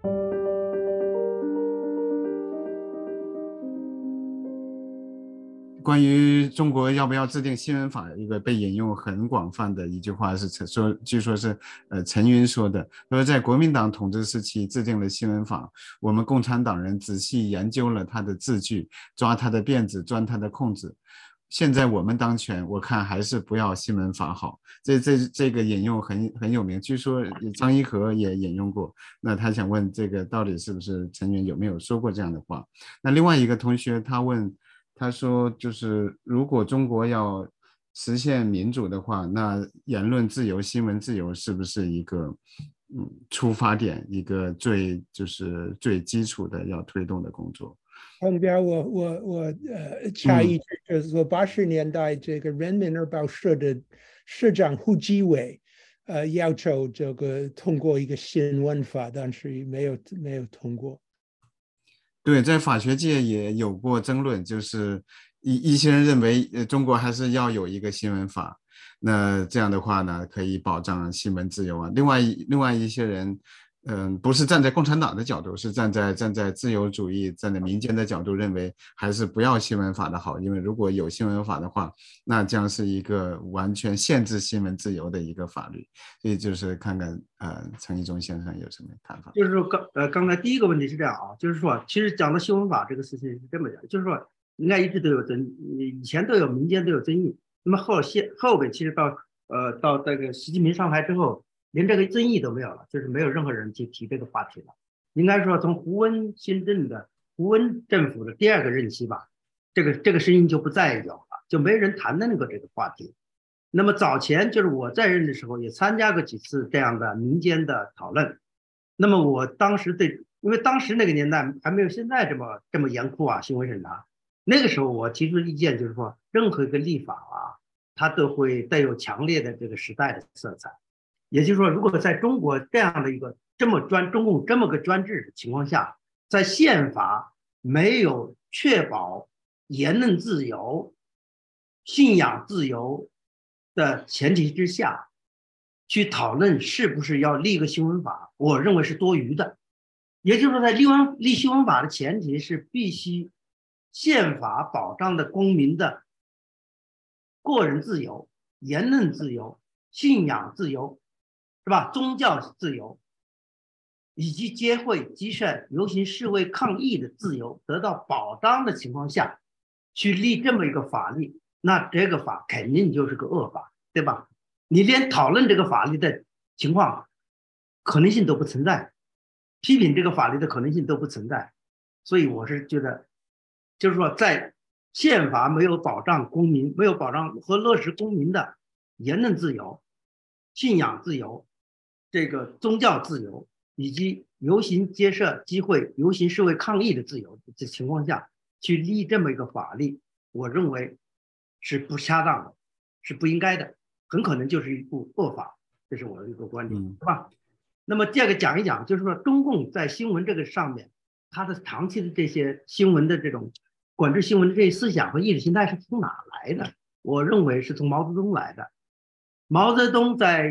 关于中国要不要制定新闻法，一个被引用很广泛的一句话是据说是陈云说的，说在国民党统治时期制定了新闻法，我们共产党人仔细研究了他的字句，抓他的辫子，钻他的空子。现在我们当权，我看还是不要新闻法好。这个引用很有名，据说张一和也引用过。那他想问这个到底是不是陈云有没有说过这样的话？那另外一个同学他问。他说，就是如果中国要实现民主的话，那言论自由、新闻自由是不是一个出发点，一个最基础的要推动的工作？ 旁边我插一句，就是说80年代这个人民日报社的社长胡基伟，要求这个通过一个新闻法，但是没有通过。 对，在法学界也有过争论，就是一些人认为，中国还是要有一个新闻法，那这样的话呢，可以保障新闻自由啊。另外一些人，不是站在共产党的角度，是站在自由主义、站在民间的角度，认为还是不要新闻法的好，因为如果有新闻法的话，那将是一个完全限制新闻自由的一个法律。所以就是看看陈一中先生有什么看法。 就是说刚才第一个问题是这样啊，就是说其实讲到新闻法这个事情是这么讲，就是说应该一直都有争议，以前都有民间都有争议，那么后边其实到这个习近平上台之后，连这个争议都没有了，就是没有任何人去提这个话题了。应该说从胡温政府的第二个任期吧，这个声音就不再有了，就没人谈论过这个话题。那么早前就是我在任的时候也参加过几次这样的民间的讨论。那么我当时因为当时那个年代还没有现在这么严酷啊，新闻审查。那个时候我提出的意见就是说，任何一个立法啊，它都会带有强烈的这个时代的色彩。也就是说，如果在中国这样的一个中共这么个专制的情况下，在宪法没有确保言论自由、信仰自由的前提之下，去讨论是不是要立个新闻法，我认为是多余的。也就是说，在立新闻法的前提是必须宪法保障的公民的个人自由、言论自由、信仰自由，是吧？宗教自由，以及集会、集社、游行、示威、抗议的自由得到保障的情况下，去立这么一个法律，那这个法肯定就是个恶法，对吧？你连讨论这个法律的情况可能性都不存在，批评这个法律的可能性都不存在。所以我是觉得，就是说在宪法没有保障公民、没有保障和落实公民的言论自由、信仰自由、这个宗教自由以及游行、结社、集会、游行、示威、抗议的自由的情况下去立这么一个法律，我认为是不恰当的，是不应该的，很可能就是一部恶法，这是我的一个观点，是吧？那么第二个讲一讲，就是说中共在新闻这个上面，它的长期的这些新闻的这种管制新闻的这些思想和意识形态是从哪来的？我认为是从毛泽东来的。毛泽东在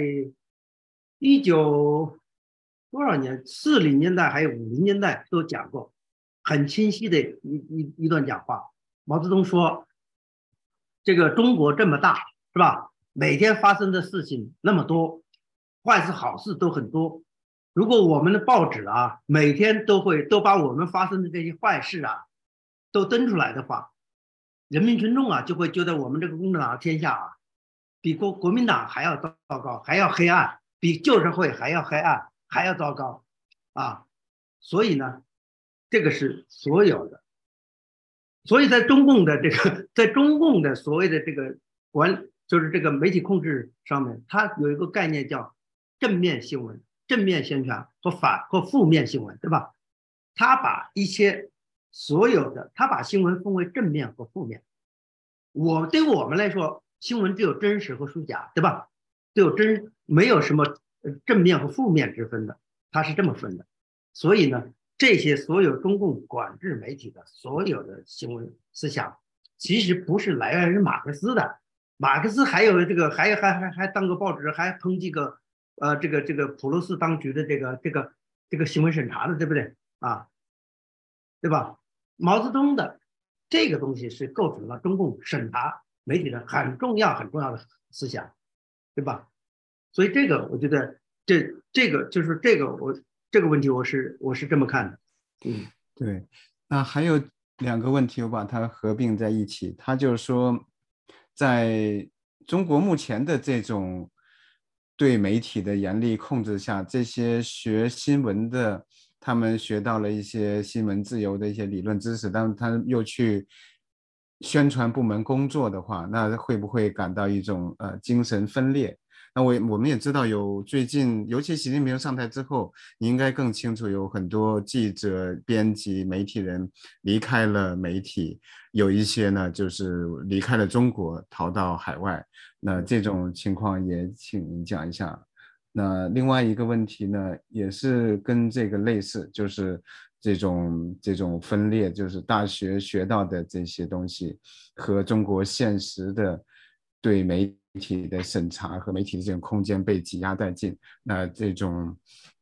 多少年，40年代还有50年代都讲过很清晰的一段讲话。毛泽东说，这个中国这么大，是吧？每天发生的事情那么多，坏事好事都很多。如果我们的报纸啊，每天都把我们发生的这些坏事啊都登出来的话，人民群众啊就会觉得我们这个共产党的天下啊比国民党还要糟糕，还要黑暗，比旧社会还要黑暗，还要糟糕啊。所以呢，这个是所有的。所以在中共的所谓的这个就是这个媒体控制上面，它有一个概念叫正面新闻、正面宣传和负面新闻，对吧？它把它把新闻分为正面和负面。对于我们来说，新闻只有真实和虚假，对吧？没有什么正面和负面之分的，它是这么分的。所以呢，这些所有中共管制媒体的所有的新闻思想，其实不是来源于马克思的。马克思还有这个还当个报纸，还抨击这个普鲁士当局的这个这个新闻审查的，对不对啊？对吧？毛泽东的这个东西是构成了中共审查媒体的很重要的思想，对吧？所以这个我觉得这个就是这个问题我是这么看的。 对。那还有两个问题，我把它合并在一起。他就是说，在中国目前的这种对媒体的严厉控制下，这些学新闻的，他们学到了一些新闻自由的一些理论知识，但他又去宣传部门工作的话，那会不会感到一种精神分裂？那我们也知道有最近，尤其习近平上台之后，你应该更清楚，有很多记者、编辑、媒体人离开了媒体，有一些呢就是离开了中国，逃到海外。那这种情况也请您讲一下。那另外一个问题呢，也是跟这个类似，就是这种分裂，就是大学学到的这些东西和中国现实的对媒体的审查和媒体的这种空间被挤压殆尽。那这种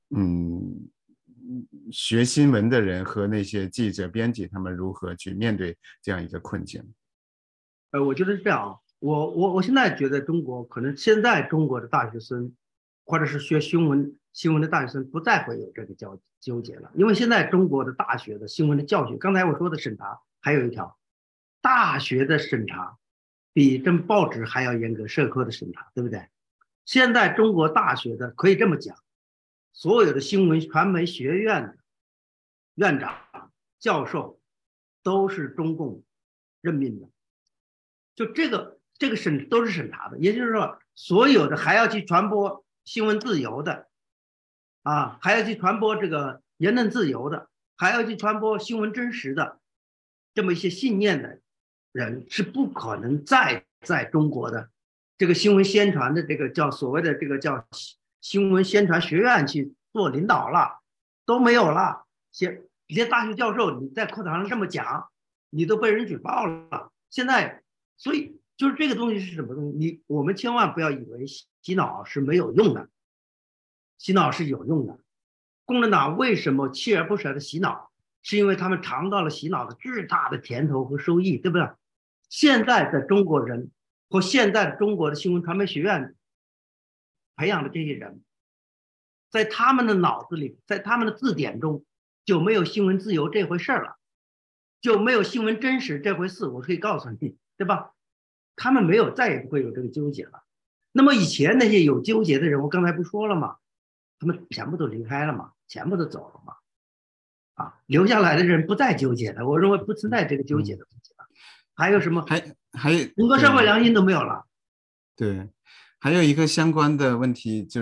学新闻的人和那些记者、编辑，他们如何去面对这样一个困境？ 我觉得是这样啊，我现在觉得中国可能现在中国的大学生，或者是学新闻的大学生不再会有这个纠结了，因为现在中国的大学的新闻的教学，刚才我说的审查还有一条，大学的审查比这报纸还要严格，社科的审查，对不对？现在中国大学的可以这么讲，所有的新闻传媒学院的院长、教授都是中共任命的。就这个都是审查的，也就是说，所有的还要去传播新闻自由的，还要去传播这个言论自由的，还要去传播新闻真实的这么一些信念的人，是不可能再在中国的这个新闻宣传的这个叫所谓的这个叫新闻宣传学院去做领导了，都没有了。连大学教授你在课堂上这么讲，你都被人举报了。现在，所以就是这个东西是什么东西？我们千万不要以为洗脑是没有用的，洗脑是有用的。共产党为什么锲而不舍的洗脑？是因为他们尝到了洗脑的巨大的甜头和收益，对不对？现在的中国人和现在中国的新闻传媒学院培养的这些人，在他们的脑子里，在他们的字典中就没有新闻自由这回事了，就没有新闻真实这回事。我可以告诉你，对吧？他们没有，再也不会有这个纠结了。那么以前那些有纠结的人，我刚才不说了吗？他们全部都离开了嘛，全部都走了嘛。留下来的人不再纠结了，我认为不存在这个纠结的问题了。还有什么？ 还有整个社会良心都没有了。 对，还有一个相关的问题就是，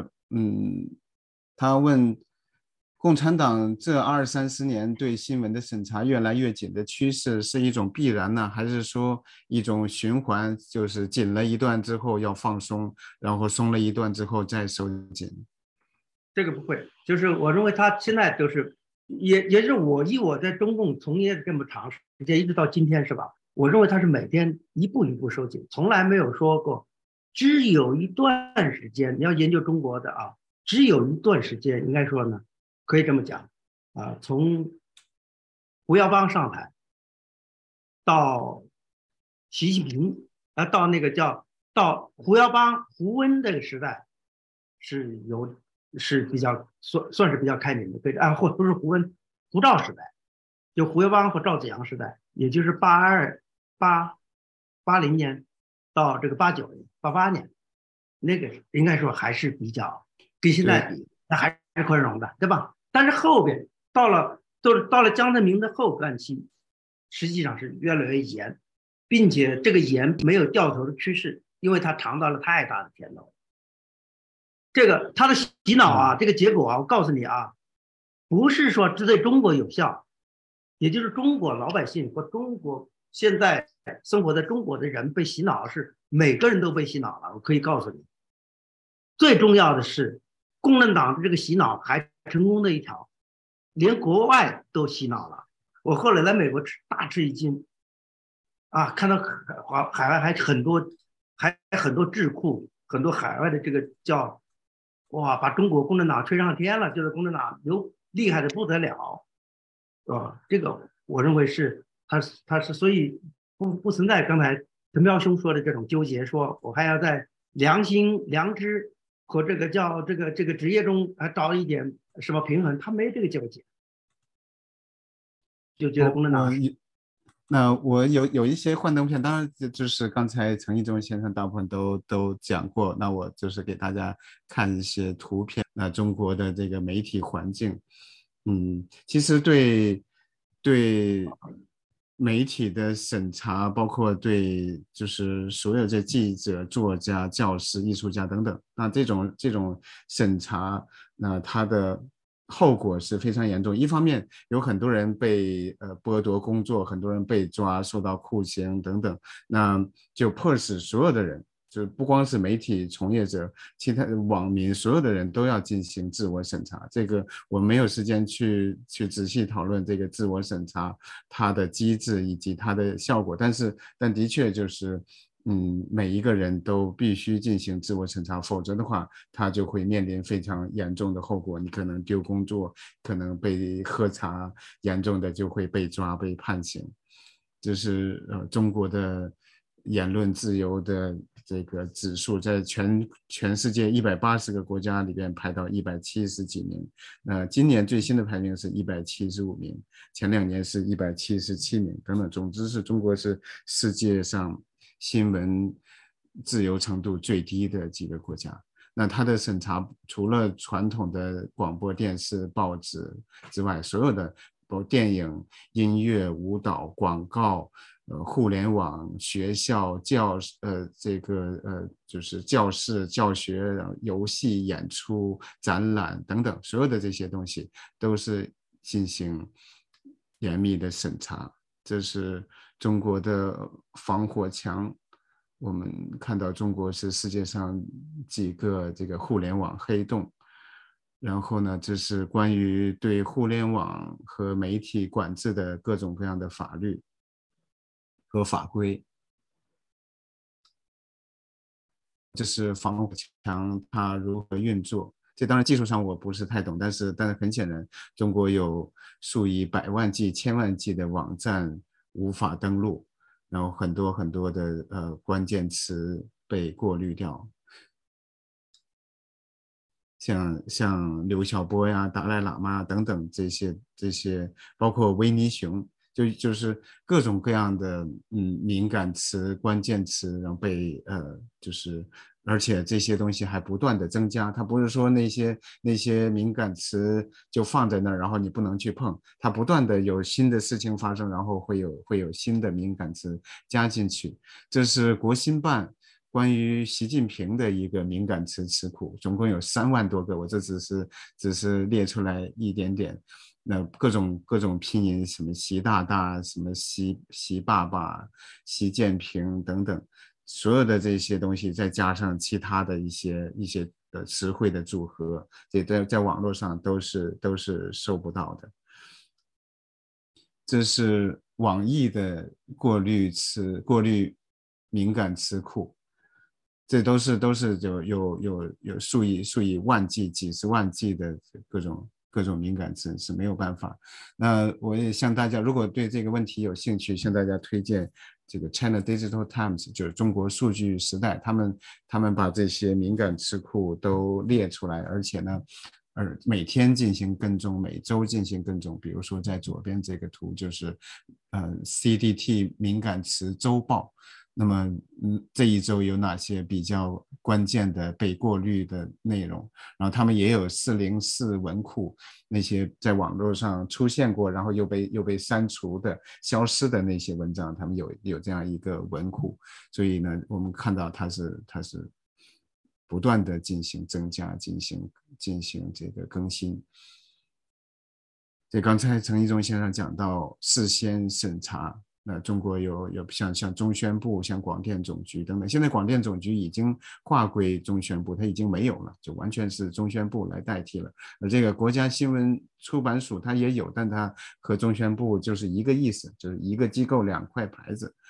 他问共产党这20-30年对新闻的审查越来越紧的趋势是一种必然呢，还是说一种循环，就是紧了一段之后要放松，然后松了一段之后再收紧？ 这个不会，就是我认为他现在都是，也是我在中共从业这么长时间，一直到今天是吧？我认为他是每天一步一步收紧，从来没有说过，只有一段时间，你要研究中国的只有一段时间，应该说呢，可以这么讲从胡耀邦上台到习近平到那个到胡耀邦胡温这个时代是比较算是比较开明的，对或不是胡温胡赵时代，就胡耀邦和赵紫阳时代，也就是80年到这个89年、88年，那个应该说还是比较跟现在比，那还是宽容的，对吧？但是后边到了江泽民的后半期，实际上是越来越严，并且这个严没有掉头的趋势，因为他尝到了太大的甜头。这个他的洗脑这个结果我告诉你不是说只对中国有效，也就是中国老百姓或中国现在生活在中国的人被洗脑，是每个人都被洗脑了。我可以告诉你，最重要的是共产党的这个洗脑还成功的一条，连国外都洗脑了。我后来来美国大吃一惊看到海外还很多智库，很多海外的这个叫哇，把中国共产党吹上天了，就是共产党厉害的不得了，是吧？这个我认为是他是所以不存在刚才陈彪兄说的这种纠结，说我还要在良心、良知和这个叫这个职业中还找一点什么平衡，他没这个纠结，就觉得共产党我有一些幻灯片，当然就是刚才陈义忠先生大部分都讲过，那我就是给大家看一些图片。那中国的这个媒体环境，其实对媒体的审查，包括对就是所有这记者、作家、教师、艺术家等等，那这种审查，那它的后果是非常严重。一方面有很多人被剥夺工作，很多人被抓，受到酷刑等等，那就迫使所有的人，就不光是媒体从业者，其他网民，所有的人都要进行自我审查。这个我没有时间去仔细讨论这个自我审查它的机制以及它的效果，但的确就是每一个人都必须进行自我审查，否则的话，他就会面临非常严重的后果。你可能丢工作，可能被喝茶，严重的就会被抓、被判刑。这是中国的言论自由的这个指数，在全世界180个国家里边排到170几名。今年最新的排名是175名，前2年是177名等等。总之是中国是世界上新闻自由程度最低的几个国家。那它的审查除了传统的广播电视报纸之外，所有的包括电影、音乐、舞蹈、广告、互联网、学校、就是教室、教学、游戏、演出、展览等等，所有的这些东西都是进行严密的审查。这是中国的防火墙。我们看到中国是世界上几个这个互联网黑洞。然后呢，这是关于对互联网和媒体管制的各种各样的法律和法规。这是防火墙它如何运作。这当然技术上我不是太懂，但是很显然，中国有数以百万计、千万计的网站无法登录，然后很多很多的关键词被过滤掉。像刘晓波呀、达赖喇嘛等等这些，包括维尼熊，就是各种各样的敏感词、关键词，然后被而且这些东西还不断的增加。它不是说那些敏感词就放在那儿，然后你不能去碰，它不断的有新的事情发生，然后会有新的敏感词加进去。这是国新办关于习近平的一个敏感词词库，总共有3万多个，我这只是列出来一点点。那各种拼音，什么习大大，什么习爸爸、习近平等等，所有的这些东西，再加上其他的一些词汇的组合，这在网络上都是收不到的。这是网易的过滤敏感词库。这都是有数以万计、几十万计的各种敏感词，是没有办法。那我也向大家，如果对这个问题有兴趣，向大家推荐这个 China Digital Times， 就是中国数据时代，他们把这些敏感词库都列出来，而且呢，每天进行跟踪，每周进行跟踪。比如说在左边这个图就是CDT 敏感词周报。那么这一周有哪些比较关键的被过滤的内容，然后他们也有404文库，那些在网络上出现过然后又被删除的消失的那些文章，他们有这样一个文库。所以呢，我们看到它是不断的进行增加，进行这个更新。这刚才陈一中先生讲到事先审查，那中国有像中宣部、像广电总局等等，现在广电总局已经划归中宣部，它已经没有了，就完全是中宣部来代替了。而这个国家新闻出版署它也有，但它和中宣部就是一个意思，就是一个机构2块牌子。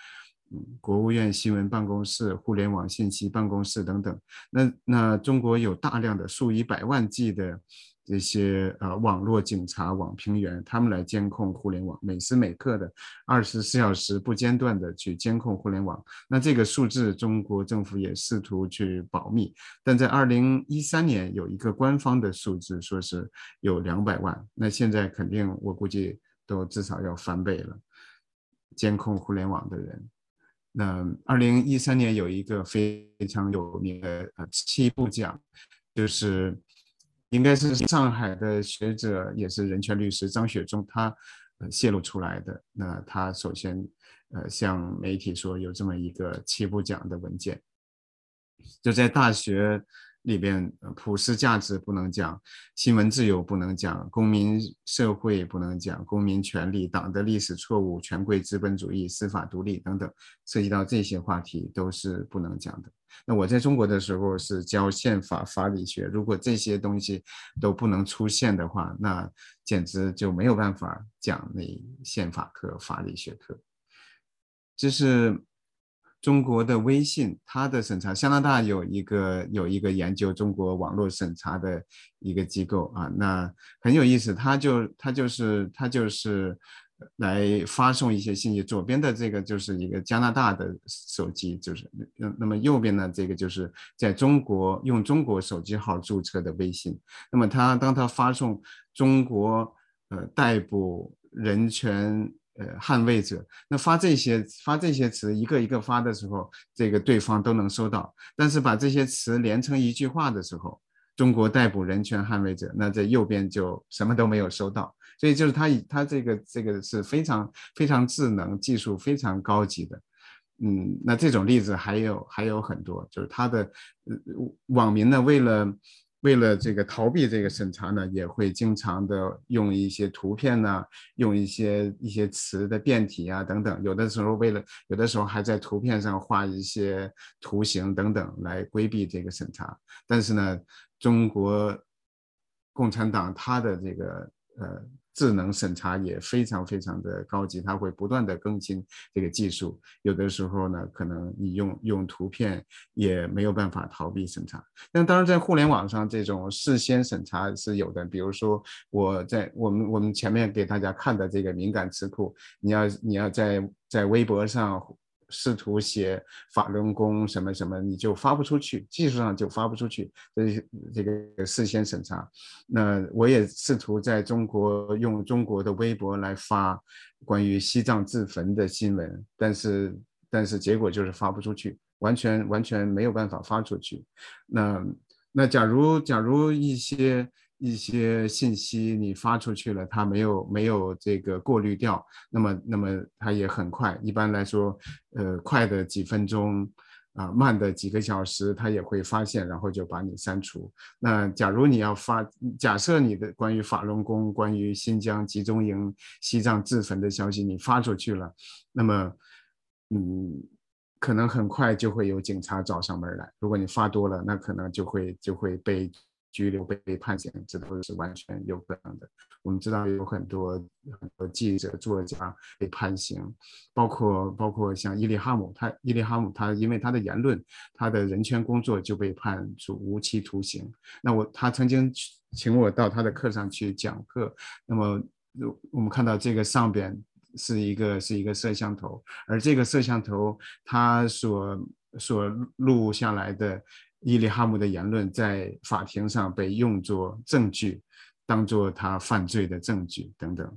国务院新闻办公室、互联网信息办公室等等。那中国有大量的数以百万计的这些网络警察、网评员，他们来监控互联网，每时每刻的24小时不间断的去监控互联网。那这个数字，中国政府也试图去保密，但在2013年有一个官方的数字，说是有200万。那现在肯定我估计都至少要翻倍了，监控互联网的人。那2013年有一个非常有名的7部奖，就是应该是上海的学者，也是人权律师张雪忠，他泄露出来的。那他首先向媒体说有这么一个7部奖的文件，就在大学里边，普世价值不能讲，新闻自由不能讲，公民社会不能讲，公民权利、党的历史错误、权贵资本主义、司法独立等等，涉及到这些话题都是不能讲的。那我在中国的时候是教宪法法理学，如果这些东西都不能出现的话，那简直就没有办法讲那宪法课、法理学课。这是中国的微信，它的审查，加拿大有一个研究中国网络审查的一个机构啊，那很有意思，它就是来发送一些信息。左边的这个就是一个加拿大的手机，就是那么右边呢这个就是在中国用中国手机号注册的微信。那么当他发送中国逮捕人权捍卫者，那发这些词一个一个发的时候，这个对方都能收到。但是把这些词连成一句话的时候，中国逮捕人权捍卫者，那这右边就什么都没有收到。所以就是他这个是非常非常智能，技术非常高级的。那这种例子还有很多，就是他的网民呢，为了这个逃避这个审查呢，也会经常的用一些图片呢，用一些词的变体啊等等，有的时候还在图片上画一些图形等等来规避这个审查。但是呢，中国共产党它的这个智能审查也非常非常的高级，它会不断的更新这个技术。有的时候呢，可能你用图片也没有办法逃避审查。但当然，在互联网上这种事先审查是有的。比如说，我们前面给大家看的这个敏感词库，你要在微博上试图写法轮功什么什么，你就发不出去，技术上就发不出去，这个事先审查。那我也试图在中国用中国的微博来发关于西藏自焚的新闻，但是结果就是发不出去，完全没有办法发出去。那假如一些信息你发出去了，它没有这个过滤掉，那么它也很快，一般来说，快的几分钟慢的几个小时，它也会发现，然后就把你删除。那假如你要假设你的关于法轮功、关于新疆集中营、西藏自焚的消息你发出去了，那么可能很快就会有警察找上门来。如果你发多了，那可能就会被拘留、被判刑，这都是完全有可能的。我们知道有很多记者、作家被判刑，包括像伊利哈姆，他因为他的言论、他的人权工作就被判处无期徒刑。那他曾经请我到他的课上去讲课，那么我们看到这个上边是一个摄像头，而这个摄像头它所录下来的伊利哈木的言论在法庭上被用作证据，当作他犯罪的证据等等。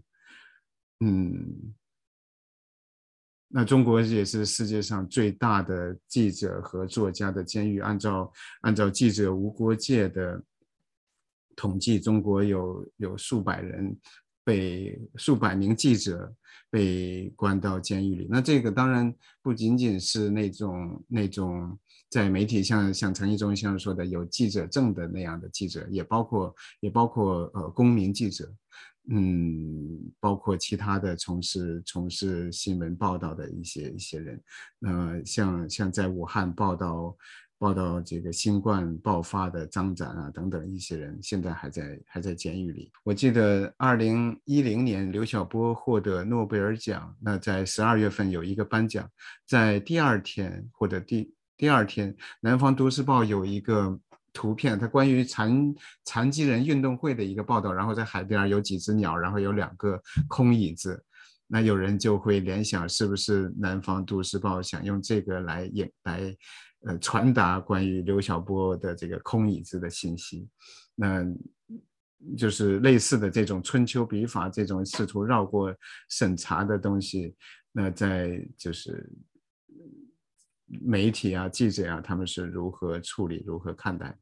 那中国也是世界上最大的记者和作家的监狱。按照记者无国界的统计，中国有数百名记者被关到监狱里。那这个当然不仅仅是那种在媒体像陈一中先生说的有记者证的那样的记者，也包括公民记者，包括其他的从事新闻报道的一些人，像在武汉报道报道这个新冠爆发的张展啊等等一些人，现在还在监狱里。我记得2010年刘晓波获得诺贝尔奖，那在12月份有一个颁奖，在第二天或者第二天，南方都市报有一个图片，它关于残疾人运动会的一个报道，然后在海边有几只鸟，然后有2个空椅子。那有人就会联想，是不是南方都市报想用这个来传达关于刘晓波的这个空椅子的信息？那就是类似的这种春秋笔法，这种试图绕过审查的东西，那在就是媒体啊、记者啊，他们是如何处理、如何看待？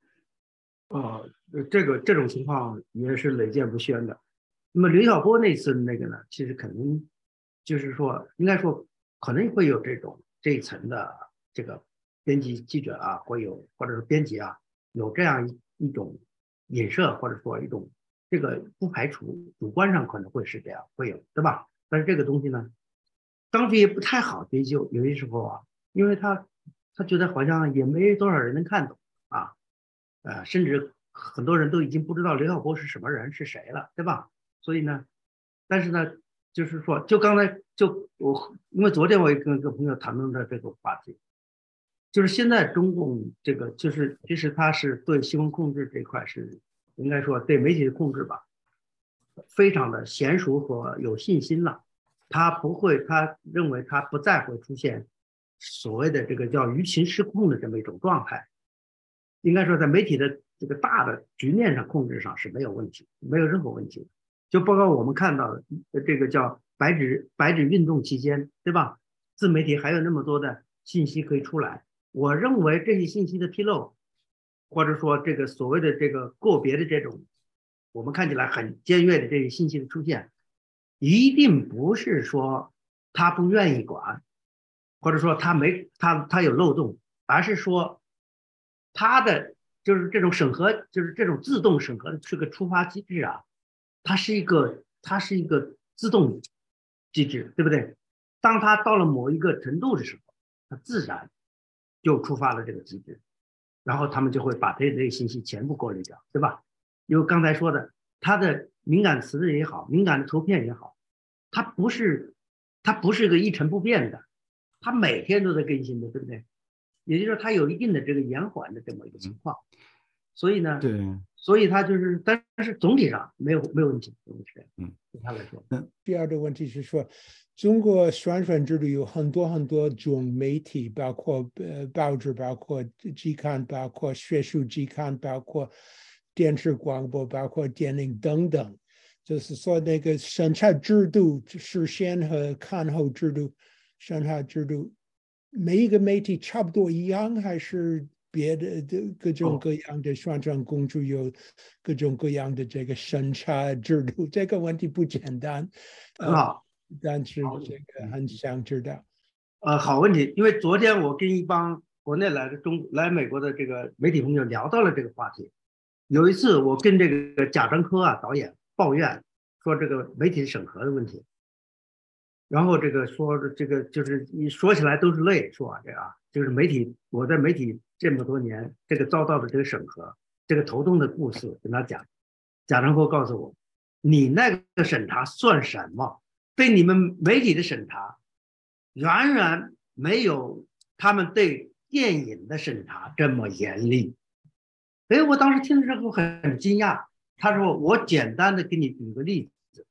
这种情况也是屡见不鲜的。那么刘晓波那次那个呢，其实肯定就是说，应该说可能会有这一层的这个编辑记者啊，或者是编辑啊，有这样一种影射，或者说一种这个不排除主观上可能会是这样，会有，对吧？但是这个东西呢，当局也不太好追究，有些时候啊，因为他觉得好像也没多少人能看懂啊，甚至很多人都已经不知道刘晓波是什么人是谁了，对吧？所以呢，但是呢，就是说，就刚才因为昨天我也跟一个朋友谈论了这个话题，就是现在中共这个就是其实他是对新闻控制这一块是应该说对媒体的控制吧，非常的娴熟和有信心了。他认为他不再会出现所谓的这个叫舆情失控的这么一种状态。应该说，在媒体的这个大的局面上控制上是没有问题，没有任何问题的。就包括我们看到的这个叫白纸运动期间，对吧？自媒体还有那么多的信息可以出来，我认为这些信息的披露，或者说这个所谓的这个个别的这种我们看起来很尖锐的这些信息的出现，一定不是说他不愿意管，或者说他有漏洞，而是说他的就是这种审核，就是这种自动审核的这个触发机制啊，它是一个自动机制，对不对？当它到了某一个程度的时候，它自然就触发了这个机制，然后他们就会把这类信息全部过滤掉，对吧？因为刚才说的，它的敏感词也好，敏感的图片也好，它不是个一成不变的，它每天都在更新的，对不对？也就是说，它有一定的这个延缓的这么一个情况，所以呢， 对， 所以它就是，但是总体上没有问题，对他来说。 第二个问题是说，中国宣传制度有很多种媒体，包括报纸，包括季刊，包括学术季刊，包括电视广播，包括电影等等。就是说，那个审查制度、事先和看后制度、审查制度，每一个媒体差不多一样，还是别的各种各样的宣传工具有各种各样的这个审查制度？这个问题不简单， 很好， 但是这个很想知道。 好问题，因为昨天我跟一帮国内来美国的这个媒体朋友聊到了这个话题。有一次我跟这个贾樟柯导演抱怨说这个媒体审核的问题，然后这个说这个就是你说起来都是泪，说这个就是我在媒体这么多年这个遭到的这个审核，这个头痛的故事跟他讲。贾樟柯告诉我，你那个审查算什么？对你们媒体的审查远远没有他们对电影的审查这么严厉。我当时听了之后很惊讶。他说我简单的给你举个例子，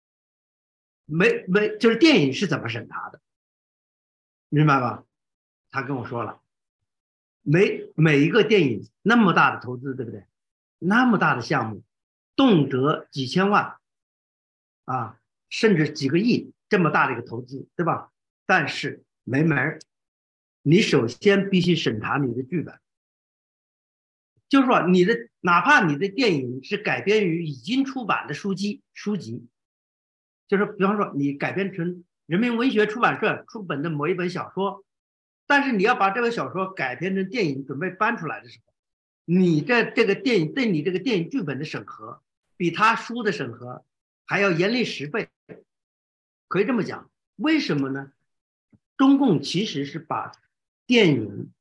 就是电影是怎么审查的，明白吧？他跟我说了，每一个电影那么大的投资，对不对？那么大的项目，动辄几千万甚至几个亿，这么大的一个投资，对吧？但是没门，你首先必须审查你的剧本，就是说哪怕你的电影是改编于已经出版的书籍，就是比方说你改编成人民文学出版社出版的某一本小说，但是你要把这本小说改编成电影准备搬出来的时候，你这个电影对你这个电影剧本的审核比他书的审核还要严厉10倍，可以这么讲。为什么呢？中共其实是把电影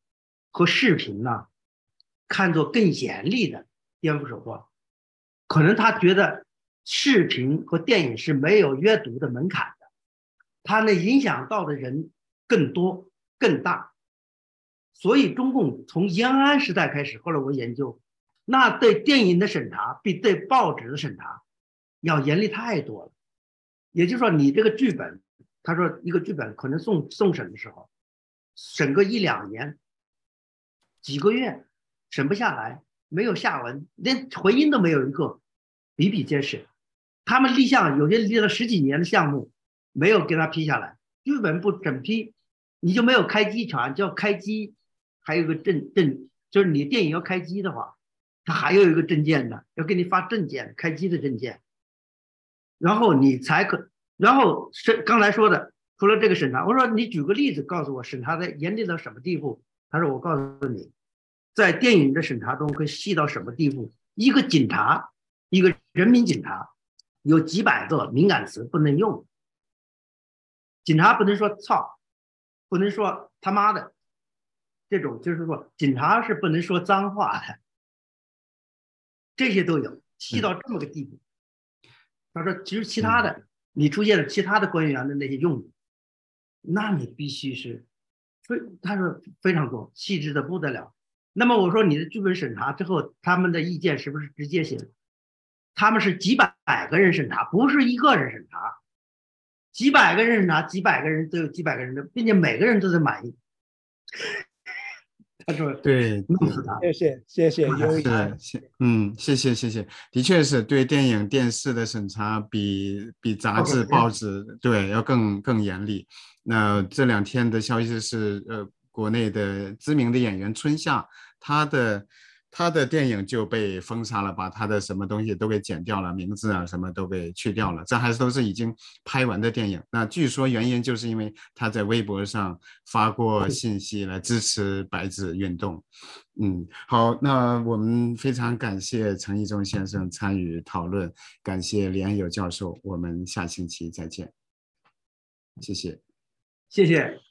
和视频呢看作更严厉的颠覆手段，可能他觉得视频和电影是没有阅读的门槛的，它能影响到的人更多更大。所以中共从延安时代开始，后来我研究，那对电影的审查比对报纸的审查要严厉太多了。也就是说，你这个剧本，他说一个剧本可能送审的时候，审个1、2年、几个月，审不下来，没有下文，连回音都没有一个，比比皆是。他们立项有些立了10几年的项目，没有给他批下来，剧本不审批，你就没有开机权，叫开机，还有一个就是你电影要开机的话，他还有一个证件的，要给你发证件，开机的证件，然后你才可，然后是刚才说的，除了这个审查，我说你举个例子告诉我审查的严厉到什么地步？他说我告诉你，在电影的审查中可以细到什么地步？一个警察，一个人民警察，有几百个敏感词不能用。警察不能说操，不能说他妈的，这种就是说警察是不能说脏话的，这些都有，细到这么个地步。他说其实其他的，你出现了其他的官员的那些用语，那你必须是他说非常多，细致的不得了。那么我说你的剧本审查之后，他们的意见是不是直接性？他们是几百个人审查，不是一个人审查，几百个人审查，几百个人都有几百个人的，并且每个人都是满意。他说对， 弄死他。 谢谢尤毅。 谢谢，的确是对电影电视的审查比杂志报纸对要更严厉。那这2天的消息是国内的知名的演员春夏，他的电影就被封杀了，把他的什么东西都给剪掉了，名字啊什么都给去掉了，这还是都是已经拍完的电影。那据说原因就是因为他在微博上发过信息来支持白纸运动。好，那我们非常感谢陈义忠先生参与讨论，感谢李安友教授，我们下星期再见。谢谢。 谢谢。